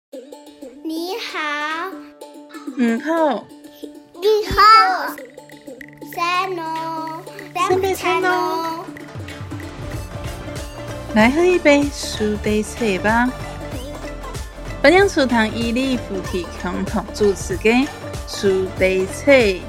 你好， 好， 你好，三喏， 三喏，来喝一杯苏打茶吧。本阳厨堂伊利夫妻共同主持的苏打茶。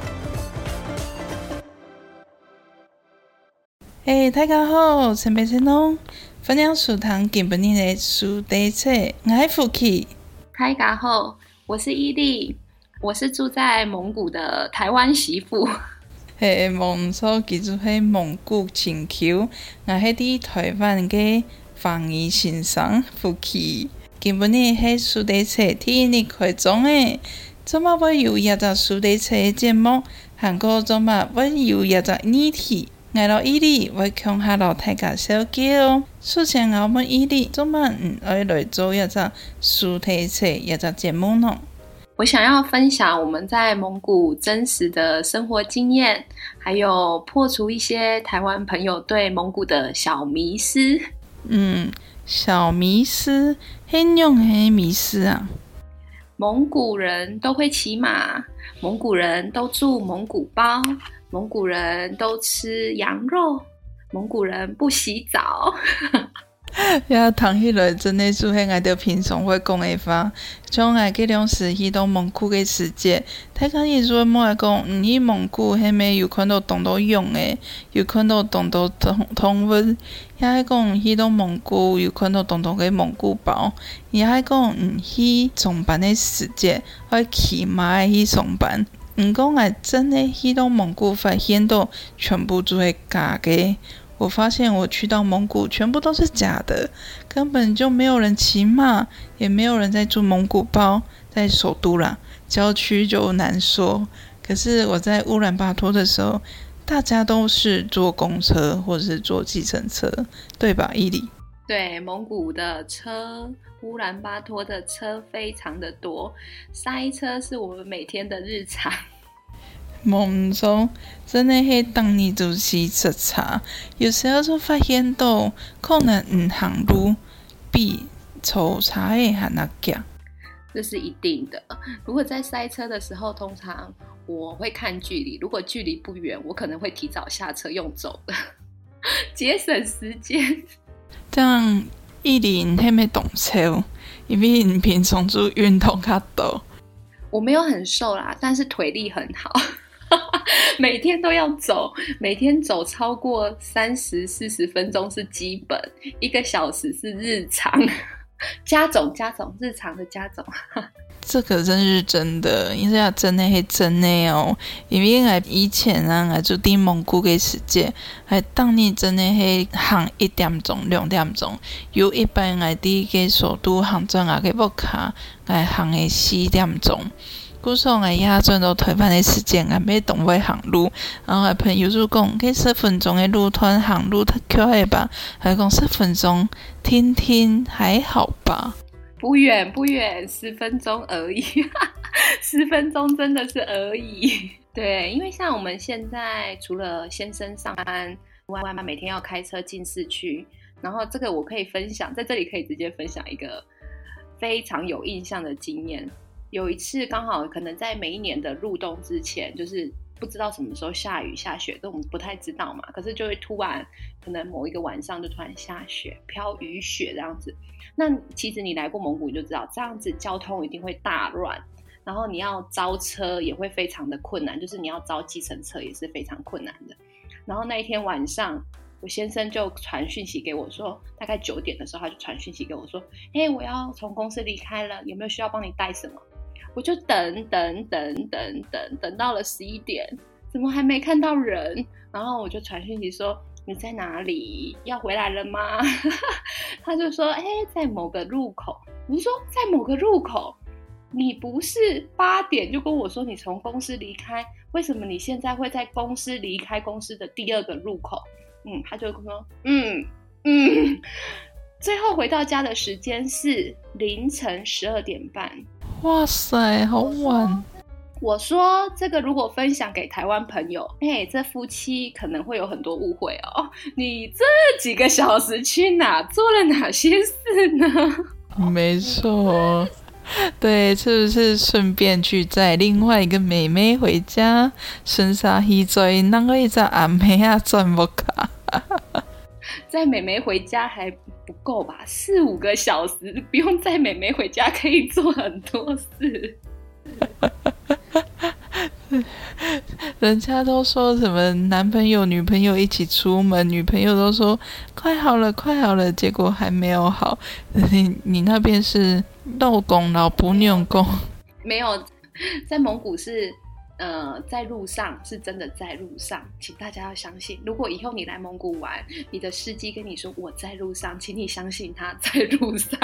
大家好，三杯三喏，本阳厨堂今晡日的苏打茶，我是夫妻。 大家好，我是伊利，我是住在蒙古的台湾媳妇。 蒙所记住喺蒙古青丘，我喺啲台灣嘅防疫先生夫妻。今晡日喺蘇打茶天日開張誒，做乜會有一隻蘇打茶嘅節目？韓國做乜會有一隻議題？我老伊利會向下老大家小叫，事前我問伊利做乜唔愛來做一隻蘇打茶一隻節目呢？ 我想要分享我們在蒙古真實的生活經驗，還有破除一些台灣朋友對蒙古的小迷思。 小迷思，很用黑迷思啊！ 蒙古人都會騎馬，蒙古人都住蒙古包，蒙古人都吃羊肉，蒙古人不洗澡。 也談起來真的是我哋平常會講的話，將我嘅兩時去到蒙古嘅世界，大家意思冇係講去蒙古係咪有看到動到用嘅，有看到動到通文，也係講去到蒙古有看到動到嘅蒙古包，也係講去上班嘅世界，我騎馬去上班。唔講係真的去到蒙古發現到全部都係假嘅。我發現我去到蒙古全部都是假的，根本就沒有人騎馬，也沒有人在住蒙古包，在首都啦，郊區就難說。可是我在烏蘭巴托的時候，大家都是坐公車或者是坐計程車，對吧，伊利？ 對，蒙古的車，烏蘭巴托的車非常的多，塞車是我們每天的日常。 蒙中真的係當你就是塞車，有時候就發現到可能唔行路比抽查嘅還要強， 這是一定的。如果在塞車的時候，通常我會看距離，如果距離不遠，我可能會提早下車用走的，節省時間。 這樣伊利你係咪動車？因為你平常就運動較多。 我沒有很瘦啦，但是腿力很好。每天都要走，每天走超過30-40分鐘是基本，1個小時是日常，加總日常的加總。 這個真是真的，因為真的係真的哦。因為我以前啊，我住喺蒙古嘅世界，係當你真的係行1點鐘、2點鐘，有一般我哋嘅首都行轉我嘅屋卡，我行嘅4點鐘。故說我也轉到台灣的時間，我沒動會行路，然後我朋友就講，10分鐘的路團行路太快吧，還講10分鐘聽聽還好吧？ 不遠，10分鐘而已，10分鐘真的是而已。對，因為像我們現在除了先生上班外，每天要開車進市區，然後這個我可以分享，在這裡可以直接分享一個非常有印象的經驗。有一次剛好可能在每一年的入冬之前，就是不知道什麼時候下雨下雪，這我們不太知道嘛，可是就會突然可能某一個晚上就突然下雪，飄雨雪這樣子。那其實你來過蒙古你就知道，這樣子交通一定會大亂，然後你要招車也會非常的困難，就是你要招計程車也是非常困難的。然後那一天晚上我先生就傳訊息給我說，大概9點的時候他就傳訊息給我說，我要從公司離開了，有沒有需要幫你帶什麼？我就等到了11點，怎麼還沒看到人？然後我就傳訊息說，你在哪裡？要回來了嗎？他就說在某個入口。我就說在某個入口，你不是8點就跟我說你從公司離開，為什麼你現在會在公司離開公司的第2個入口？他就跟我說最後回到家的時間是凌晨12點半。 哇塞，好晚！ 我說這個如果分享給台灣朋友，這夫妻可能會有很多誤會哦。你這幾個小時去哪做了哪些事呢？ 沒錯， 对，是不是顺便去载另外一个妹妹回家？顺沙去载那个一只阿妹啊，转不卡。 载妹妹回家还不够吧？4-5个小时，不用载妹妹回家，可以做很多事。 人家都说什么男朋友女朋友一起出门，女朋友都说快好了快好了，结果还没有好。你那边是漏公老不用公？ 没有，在蒙古是在路上，是真的在路上，请大家要相信。如果以后你来蒙古玩，你的司机跟你说我在路上，请你相信他在路上。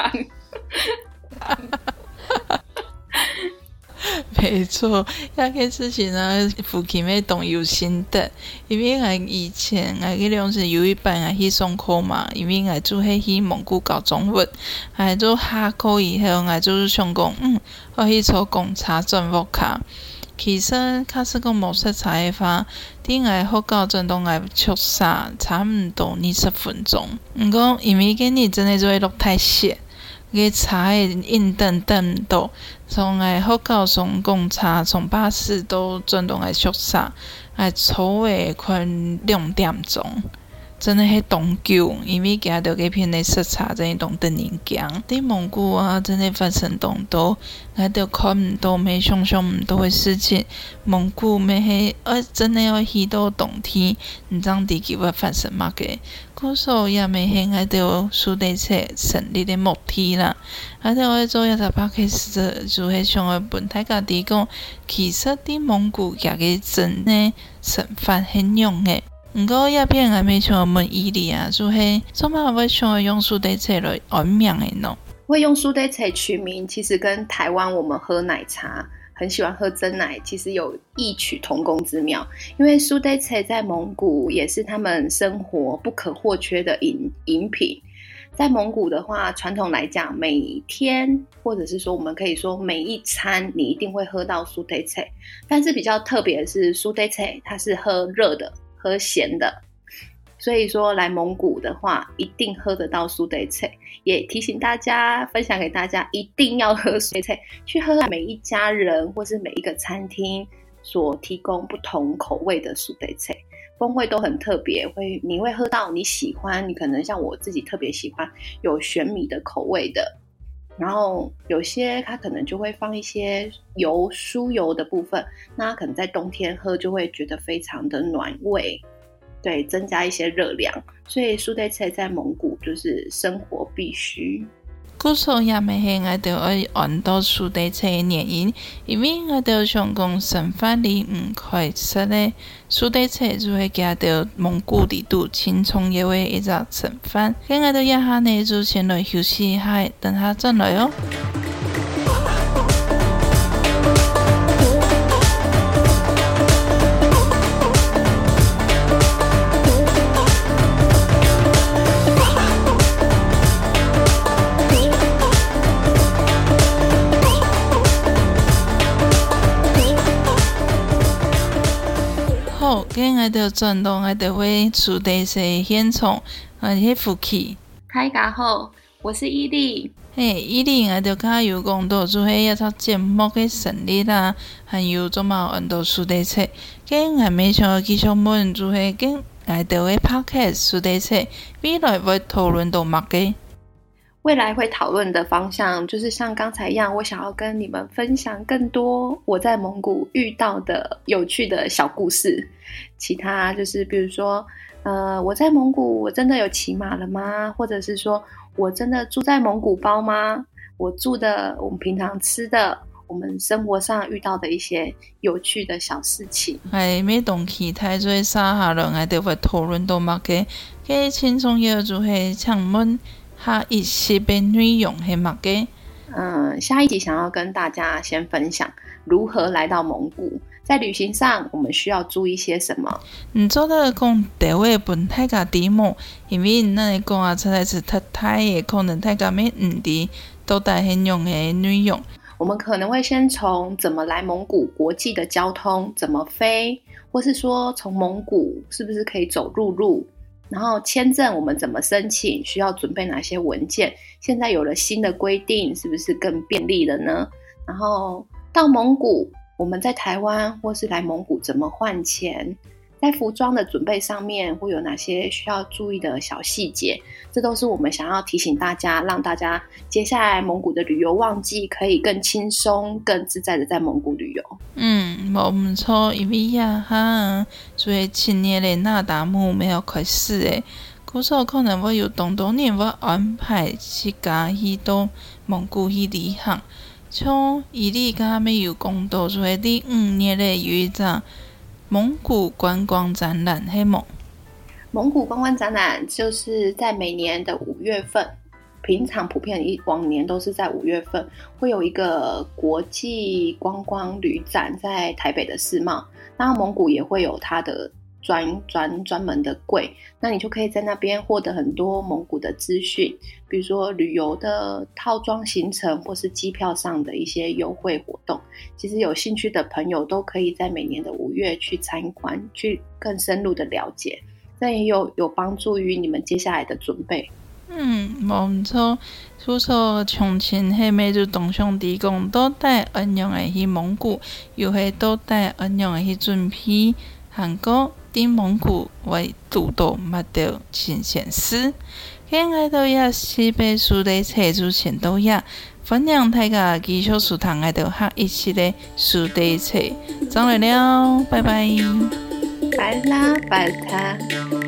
没错，那件事情呢，附近的动有心得，因为我以前我去两是有一班我去上课嘛，因为我做去蒙古教中文，我做下课以后，我就是想讲，我去坐公车转福卡。其實假使講冇識踩嘅話，啲藝學校真都係出差差唔多20分鐘。唔過因為今日真係做落太熱，嘅踩硬蹬蹬到，從藝學校從公車從巴士都真都係出差，係坐嘅快2點鐘。真的係凍久，因為行到嗰片的色差真係凍得人驚。啲蒙古啊，真的發生凍到，我都看唔到，沒想象唔到嘅事情。蒙古咩係，真的要去到冬天，唔知地球會發生乜嘅。嗰時候也未係我哋蘇地車成立的目的啦。我哋去做一個 podcast 就係想去問大家啲講，其實啲蒙古嘅嘅真的成法很用嘅。不過一邊我未想問伊利啊，就係做乜會想用蘇地車來安名的呢？ 會用蘇地車取名，其實跟台灣我們喝奶茶很喜歡喝珍奶，其實有異曲同工之妙。因為蘇地車在蒙古也是他們生活不可或缺的飲品。在蒙古的話，傳統來講，每天或者是說我們可以說每一餐你一定會喝到蘇地車，但是比較特別的是蘇地車它是喝熱的。喝鹹的，所以說來蒙古的話一定喝得到蘇地車，也提醒大家分享給大家一定要喝蘇地車，去喝每一家人或是每一個餐廳所提供不同口味的蘇地車，風味都很特別，你會喝到你喜歡，你可能像我自己特別喜歡有玄米的口味的，然後有些它可能就會放一些油酥油的部分，那可能在冬天喝就會覺得非常的暖胃，對，增加一些熱量，所以蘇地車在蒙古就是生活必須。 故所也未係我哋愛按到蘇地車嘅原因，因為我哋想講生活裡唔快適咧，蘇地車就會加到蒙古地度輕鬆嘅話一隻生活。咁我哋一下呢就先來休息一下，等下再來哦。好，今日就轉到我哋會蘇地車現場，我哋福氣。 大家好，我是伊利。 伊利我哋加有講到就係一個節目嘅成立啦，還有做乜按到蘇地車。今日未想繼續問就係今我哋會 podcast 蘇地車，未來會討論到乜嘅？ 未來會討論的方向就是像剛才一樣，我想要跟你們分享更多我在蒙古遇到的有趣的小故事。其他就是比如說我在蒙古我真的有騎馬了嗎？或者是說我真的住在蒙古包嗎？我住的我們平常吃的我們生活上遇到的一些有趣的小事情。 係每當期太最沙下來我哋會討論到乜嘅？嘅輕鬆嘢就係請問下一期的內容係乜嘅？ 下一集想要跟大家先分享如何來到蒙古，在旅行上我們需要注意些什麼。 做到講第一本大家題目，因為咱講啊實在是太嘅，可能大家沒唔知到底很用嘅內容。 我們可能會先從怎麼來蒙古國際的交通，怎麼飛，或是說從蒙古是不是可以走陸路， 然后签证我们怎么申请，需要准备哪些文件，现在有了新的规定，是不是更便利了呢？然后到蒙古，我们在台湾或是来蒙古怎么换钱，在服装的准备上面会有哪些需要注意的小细节，这都是我们想要提醒大家，让大家接下来蒙古的旅游旺季可以更轻松更自在的在蒙古旅游。 无唔错，因为所以今年的那达慕没有开始诶，故说可能会有当多年我安排自家去到蒙古去旅行，像伊利甲没有讲到说第5年的有一场蒙古观光展览，嘿蒙古观光展览就是在每年的5月份，平常普遍往年都是在5月份，会有一个国际观光旅展在台北的世贸，那蒙古也会有它的专门的柜，那你就可以在那边获得很多蒙古的资讯，比如说旅游的套装行程或是机票上的一些优惠活动。其实有兴趣的朋友都可以在每年的5月去参观，去更深入的了解，这也有帮助于你们接下来的准备。 无唔错，所以从前迄每就同上提供倒带怎样的去蒙古，又是倒带怎样的去准备韩国伫蒙古为度度捌到新鲜事。今日到也是被书的册主前到也，分享大家基础书堂爱到学一起的书的册，走来了，拜拜， 拜啦，拜他。